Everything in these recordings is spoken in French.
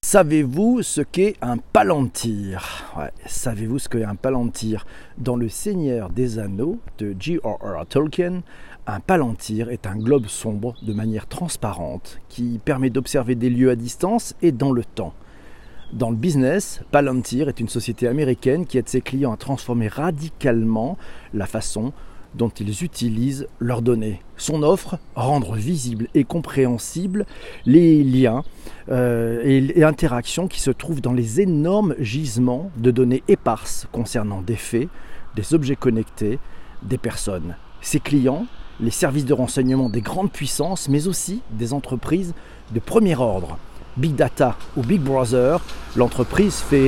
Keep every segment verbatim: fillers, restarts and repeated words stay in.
Savez-vous ce qu'est un palantir? Ouais, savez-vous ce qu'est un palantir? Dans Le Seigneur des Anneaux de J R R Tolkien, un palantir est un globe sombre de manière transparente qui permet d'observer des lieux à distance et dans le temps. Dans le business, Palantir est une société américaine qui aide ses clients à transformer radicalement la façon dont ils utilisent leurs données. Son offre, rendre visibles et compréhensibles les liens euh, et, et interactions qui se trouvent dans les énormes gisements de données éparses concernant des faits, des objets connectés, des personnes. Ses clients, les services de renseignement des grandes puissances, mais aussi des entreprises de premier ordre. Big Data ou Big Brother, l'entreprise fait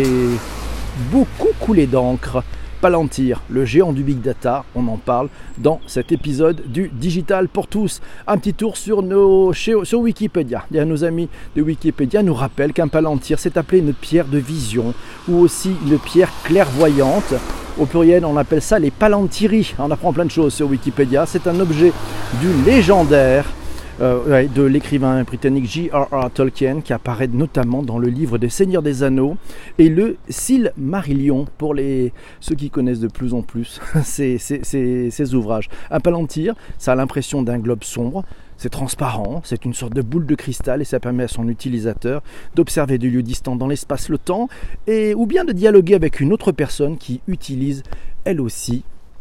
beaucoup couler d'encre. Palantir, le géant du Big Data, on en parle dans cet épisode du Digital pour tous. Un petit tour sur, nos, sur Wikipédia. Et nos amis de Wikipédia nous rappellent qu'un palantir, c'est appelé une pierre de vision ou aussi une pierre clairvoyante. Au pluriel, on appelle ça les palantiries. On apprend plein de choses sur Wikipédia. C'est un objet du légendaire Euh, de l'écrivain britannique J R R Tolkien qui apparaît notamment dans le livre des Seigneurs des Anneaux et le Silmarillion pour les, ceux qui connaissent de plus en plus ces, ces, ces, ces ouvrages. Un palantir, ça a l'impression d'un globe sombre, c'est transparent, c'est une sorte de boule de cristal et ça permet à son utilisateur d'observer des lieux distants dans l'espace, le temps et, ou bien de dialoguer avec une autre personne qui utilise elle aussi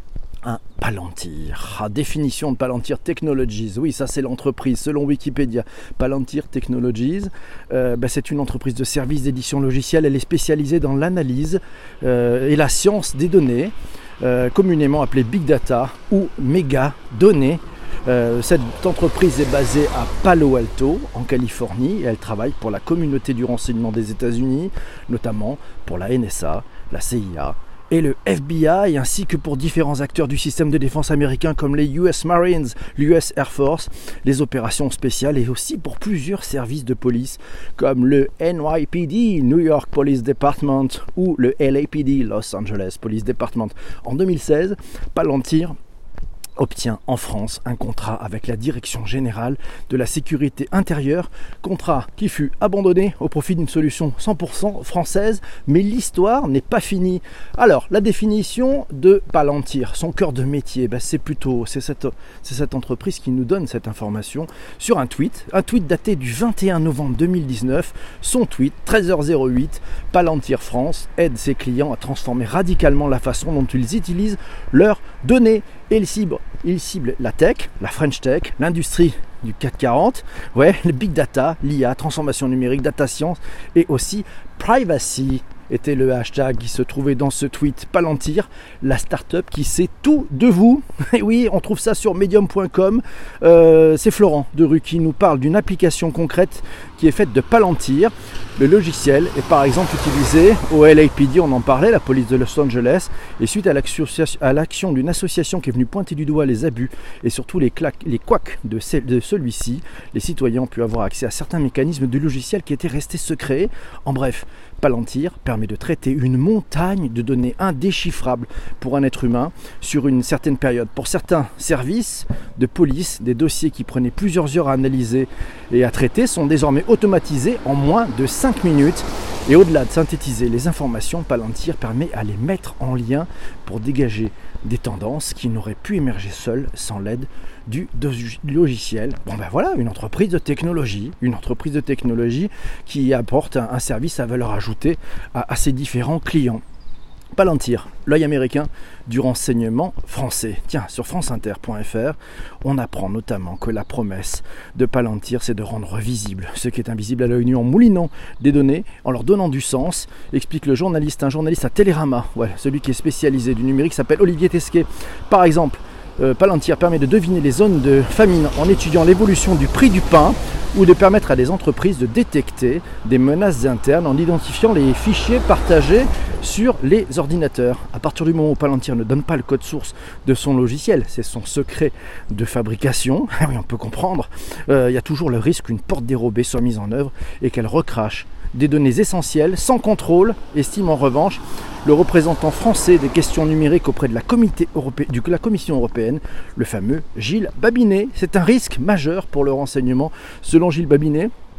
un palantir. Ah, définition de Palantir Technologies. Oui, ça c'est l'entreprise. Selon Wikipédia, Palantir Technologies, euh, ben, c'est une entreprise de services d'édition logicielle. Elle est spécialisée dans l'analyse euh, et la science des données, euh, communément appelée Big Data ou Méga Données. Euh, cette entreprise est basée à Palo Alto, en Californie, et elle travaille pour la communauté du renseignement des États-Unis, notamment pour la N S A, la C I A, et le F B I, ainsi que pour différents acteurs du système de défense américain comme les U S Marines, l'U S Air Force, les opérations spéciales et aussi pour plusieurs services de police comme le N Y P D, New York Police Department, ou le L A P D, Los Angeles Police Department. En deux mille seize, Palantir obtient en France un contrat avec la Direction Générale de la Sécurité Intérieure, contrat qui fut abandonné au profit d'une solution cent pour cent française, mais l'histoire n'est pas finie. Alors, la définition de Palantir, son cœur de métier, ben c'est plutôt, c'est cette, c'est cette entreprise qui nous donne cette information sur un tweet, un tweet daté du vingt et un novembre deux mille dix-neuf, son tweet, treize heures zéro huit, Palantir France aide ses clients à transformer radicalement la façon dont ils utilisent leurs données. Et il cible, il cible la tech, la French Tech, l'industrie du C A C quarante, ouais, le Big Data, l'I A, transformation numérique, data science et aussi privacy était le hashtag qui se trouvait dans ce tweet. Palantir, la start-up qui sait tout de vous. Et oui, on trouve ça sur medium point com. Euh, c'est Florent Derue qui nous parle d'une application concrète qui est faite de Palantir. Le logiciel est par exemple utilisé au L A P D, on en parlait, la police de Los Angeles, et suite à l'action d'une association qui est venue pointer du doigt les abus et surtout les, les couacs de, de celui-ci, les citoyens ont pu avoir accès à certains mécanismes du logiciel qui étaient restés secrets. En bref, Palantir permet de traiter une montagne de données indéchiffrables pour un être humain sur une certaine période. Pour certains services de police, des dossiers qui prenaient plusieurs heures à analyser et à traiter sont désormais automatisés en moins de cinq minutes. Et au-delà de synthétiser les informations, Palantir permet à les mettre en lien pour dégager des tendances qui n'auraient pu émerger seules sans l'aide du logiciel. Bon ben voilà, une entreprise de technologie, une entreprise de technologie qui apporte un, un service à valeur ajoutée à, à ses différents clients. Palantir, l'œil américain du renseignement français. Tiens, sur franceinter point f r, on apprend notamment que la promesse de Palantir, c'est de rendre visible ce qui est invisible à l'œil nu en moulinant des données, en leur donnant du sens, explique le journaliste, un journaliste à Télérama, ouais, celui qui est spécialisé du numérique s'appelle Olivier Tesquet. Par exemple, Euh, Palantir permet de deviner les zones de famine en étudiant l'évolution du prix du pain ou de permettre à des entreprises de détecter des menaces internes en identifiant les fichiers partagés sur les ordinateurs. À partir du moment où Palantir ne donne pas le code source de son logiciel, c'est son secret de fabrication, oui, on peut comprendre, euh, il y a toujours le risque qu'une porte dérobée soit mise en œuvre et qu'elle recrache des données essentielles sans contrôle, estime en revanche le représentant français des questions numériques auprès de la, comité europé... de la Commission européenne, le fameux Gilles Babinet. C'est un risque majeur pour le renseignement. Selon Gilles Babinet,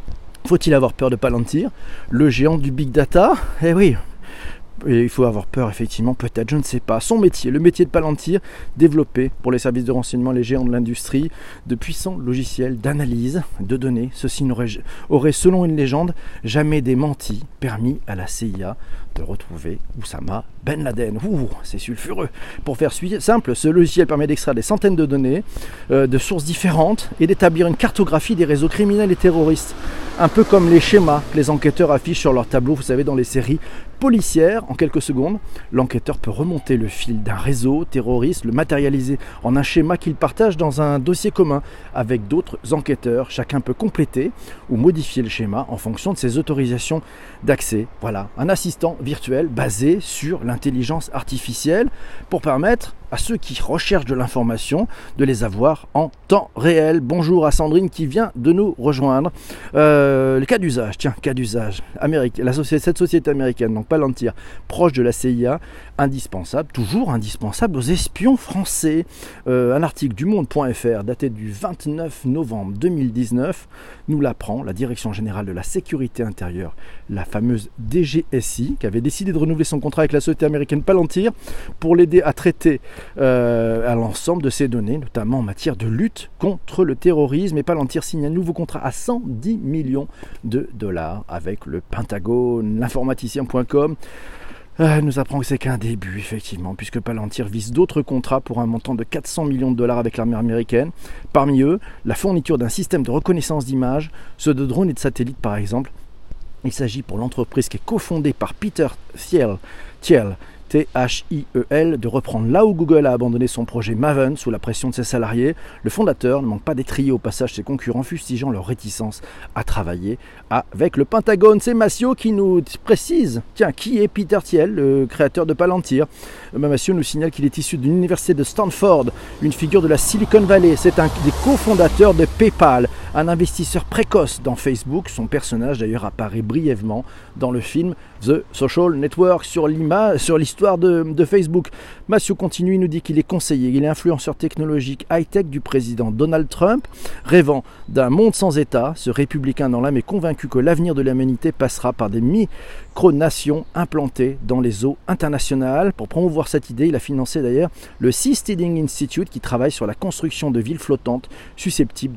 Faut-il avoir peur de Palantir, le géant du big data? Eh oui. Et il faut avoir peur, effectivement, peut-être, je ne sais pas. Son métier, le métier de Palantir, développer pour les services de renseignement, les géants de l'industrie, de puissants logiciels d'analyse de données. Ceci n'aurait, aurait, selon une légende, jamais démenti, permis à la C I A de retrouver Oussama Ben Laden. Ouh, c'est sulfureux. Pour faire simple, ce logiciel permet d'extraire des centaines de données euh, de sources différentes et d'établir une cartographie des réseaux criminels et terroristes. Un peu comme les schémas que les enquêteurs affichent sur leur tableau, vous savez, dans les séries policières. En quelques secondes, l'enquêteur peut remonter le fil d'un réseau terroriste, le matérialiser en un schéma qu'il partage dans un dossier commun avec d'autres enquêteurs. Chacun peut compléter ou modifier le schéma en fonction de ses autorisations d'accès. Voilà, un assistant virtuel basé sur l'intelligence artificielle pour permettre à ceux qui recherchent de l'information de les avoir en temps réel. Bonjour à Sandrine qui vient de nous rejoindre. Euh, le cas d'usage, tiens, cas d'usage américain, la société, cette société américaine, donc Palantir, proche de la C I A, indispensable, toujours indispensable aux espions français. Euh, un article du monde point F R daté du vingt-neuf novembre deux mille dix-neuf nous l'apprend. La Direction générale de la sécurité intérieure, la fameuse D G S I, qui avait décidé de renouveler son contrat avec la société américaine Palantir pour l'aider à traiter euh, à l'ensemble de ses données, notamment en matière de lutte contre le terrorisme. Et Palantir signe un nouveau contrat à cent dix millions de dollars avec le Pentagone. L'informaticien point com Euh, nous apprend que c'est qu'un début, effectivement, puisque Palantir vise d'autres contrats pour un montant de quatre cents millions de dollars avec l'armée américaine. Parmi eux, la fourniture d'un système de reconnaissance d'images, ceux de drones et de satellites par exemple. Il s'agit pour l'entreprise qui est cofondée par Peter Thiel, Thiel T H I E L, de reprendre là où Google a abandonné son projet Maven sous la pression de ses salariés. Le fondateur ne manque pas d'étrier au passage ses concurrents, fustigeant leur réticence à travailler avec le Pentagone. C'est Massio qui nous précise, tiens, qui est Peter Thiel, le créateur de Palantir. Massio nous signale qu'il est issu d'une université de Stanford, une figure de la Silicon Valley. C'est un des cofondateurs de PayPal, un investisseur précoce dans Facebook. Son personnage d'ailleurs apparaît brièvement dans le film The Social Network sur l'image, sur l'histoire de, de Facebook. Massio continue, il nous dit qu'il est conseiller, il est influenceur technologique high-tech du président Donald Trump, rêvant d'un monde sans État. Ce républicain dans l'âme est convaincu que l'avenir de l'humanité passera par des micronations implantées dans les eaux internationales. Pour promouvoir cette idée, il a financé d'ailleurs le Seasteading Institute qui travaille sur la construction de villes flottantes susceptibles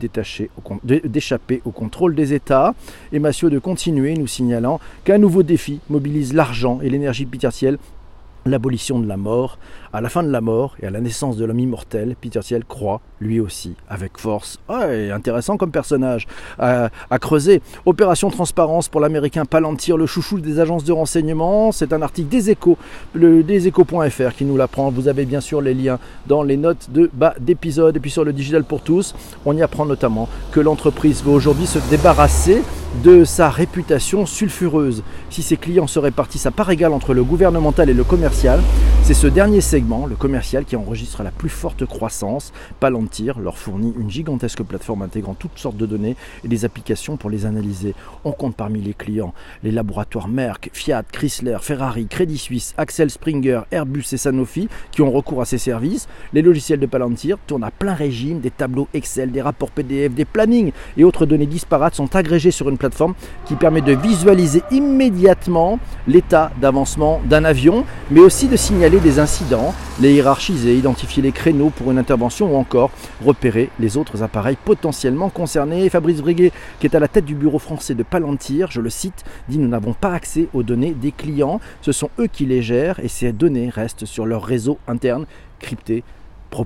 d'échapper au contrôle des États. Et Massio de continuer, nous signalant qu'un nouveau défi mobilise l'argent et l'énergie de Peter Thiel, l'abolition de la mort. À la fin de la mort et à la naissance de l'homme immortel, Peter Thiel croit, lui aussi, avec force. Ouais, intéressant comme personnage à, à creuser. Opération Transparence pour l'américain Palantir, le chouchou des agences de renseignement. C'est un article des Échos, le des échos point F R qui nous l'apprend. Vous avez bien sûr les liens dans les notes de bas d'épisode. Et puis sur le Digital pour tous, on y apprend notamment que l'entreprise veut aujourd'hui se débarrasser de sa réputation sulfureuse. Si ses clients se répartissent à part égale entre le gouvernemental et le commercial, c'est ce dernier segment, le commercial, qui enregistre la plus forte croissance. Palantir leur fournit une gigantesque plateforme intégrant toutes sortes de données et des applications pour les analyser. On compte parmi les clients les laboratoires Merck, Fiat, Chrysler, Ferrari, Crédit Suisse, Axel Springer, Airbus et Sanofi qui ont recours à ces services. Les logiciels de Palantir tournent à plein régime, des tableaux Excel, des rapports P D F, des plannings et autres données disparates sont agrégées sur une plateforme qui permet de visualiser immédiatement l'état d'avancement d'un avion, mais aussi de signaler des incidents, les hiérarchiser, identifier les créneaux pour une intervention ou encore repérer les autres appareils potentiellement concernés. Fabrice Briguet, qui est à la tête du bureau français de Palantir, je le cite, dit « Nous n'avons pas accès aux données des clients, ce sont eux qui les gèrent et ces données restent sur leur réseau interne crypté propriétaire. »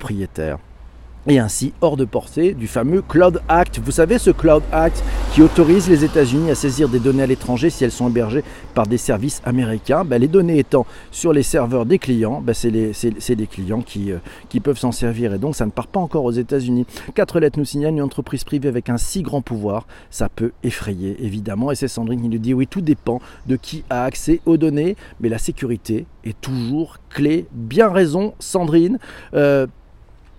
Et ainsi hors de portée du fameux Cloud Act. Vous savez, ce Cloud Act qui autorise les États-Unis à saisir des données à l'étranger si elles sont hébergées par des services américains. Ben, les données étant sur les serveurs des clients, ben, c'est les, c'est, c'est les clients qui, euh, qui peuvent s'en servir. Et donc, ça ne part pas encore aux États-Unis. Quatre lettres nous signalent une entreprise privée avec un si grand pouvoir. Ça peut effrayer, évidemment. Et c'est Sandrine qui nous dit, oui, tout dépend de qui a accès aux données. Mais la sécurité est toujours clé. Bien raison, Sandrine. Euh,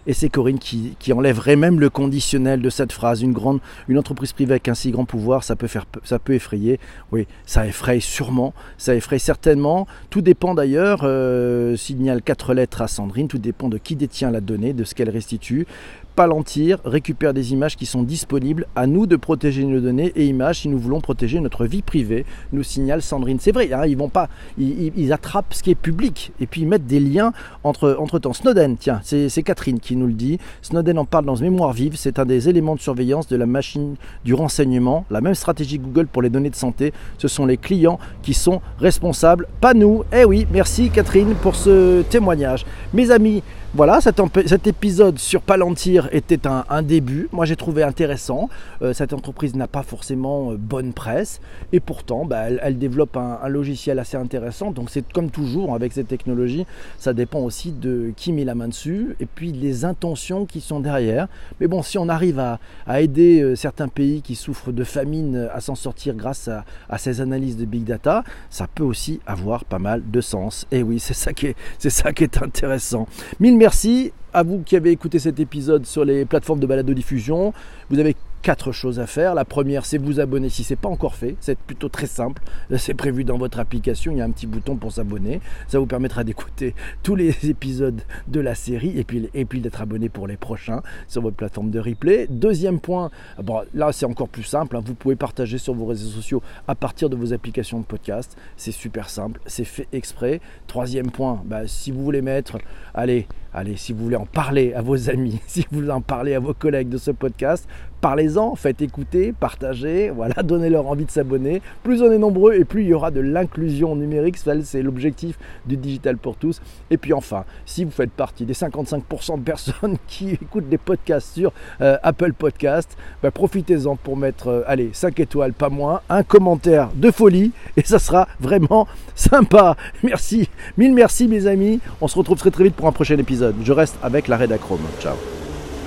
Et c'est Corinne qui, qui enlèverait même le conditionnel de cette phrase. Une grande, une entreprise privée avec un si grand pouvoir, ça peut faire, ça peut effrayer. Oui, ça effraie sûrement, ça effraie certainement. Tout dépend d'ailleurs, euh, signale quatre lettres à Sandrine, tout dépend de qui détient la donnée, de ce qu'elle restitue. Palantir récupère des images qui sont disponibles. À nous de protéger nos données et images si nous voulons protéger notre vie privée, nous signale Sandrine. C'est vrai, hein, ils vont pas, ils, ils attrapent ce qui est public et puis ils mettent des liens entre, entre temps. Snowden, tiens, c'est, c'est Catherine qui nous le dit. Snowden en parle dans Mémoire vive. C'est un des éléments de surveillance de la machine du renseignement. La même stratégie Google pour les données de santé. Ce sont les clients qui sont responsables, pas nous. Eh oui, merci Catherine pour ce témoignage. Mes amis, voilà, cet, cet épisode sur Palantir était un, un début. Moi, j'ai trouvé intéressant. Euh, cette entreprise n'a pas forcément euh, bonne presse. Et pourtant, bah, elle, elle développe un, un logiciel assez intéressant. Donc, c'est comme toujours avec cette technologie, ça dépend aussi de qui met la main dessus et puis les intentions qui sont derrière. Mais bon, si on arrive à, à aider euh, certains pays qui souffrent de famine à s'en sortir grâce à, à ces analyses de big data, ça peut aussi avoir pas mal de sens. Et oui, c'est ça qui est, c'est ça qui est intéressant. Mille merci à vous qui avez écouté cet épisode sur les plateformes de balado-diffusion. Vous avez quatre choses à faire. La première, c'est vous abonner si ce n'est pas encore fait. C'est plutôt très simple. C'est prévu dans votre application. Il y a un petit bouton pour s'abonner. Ça vous permettra d'écouter tous les épisodes de la série et puis, et puis d'être abonné pour les prochains sur votre plateforme de replay. Deuxième point, bon, là c'est encore plus simple. Hein. Vous pouvez partager sur vos réseaux sociaux à partir de vos applications de podcast. C'est super simple. C'est fait exprès. Troisième point, bah, si vous voulez mettre, allez, allez, si vous voulez en parler à vos amis, si vous voulez en parler à vos collègues de ce podcast, parlez-en, faites écouter, partagez, voilà, donnez-leur envie de s'abonner. Plus on est nombreux et plus il y aura de l'inclusion numérique, c'est l'objectif du Digital pour tous. Et puis enfin, si vous faites partie des cinquante-cinq pour cent de personnes qui écoutent des podcasts sur euh, Apple Podcast, bah, profitez-en pour mettre, euh, allez, cinq étoiles, pas moins, un commentaire de folie et ça sera vraiment sympa. Merci, mille merci mes amis, on se retrouve très très vite pour un prochain épisode. Je reste avec la Rédacrome. Ciao.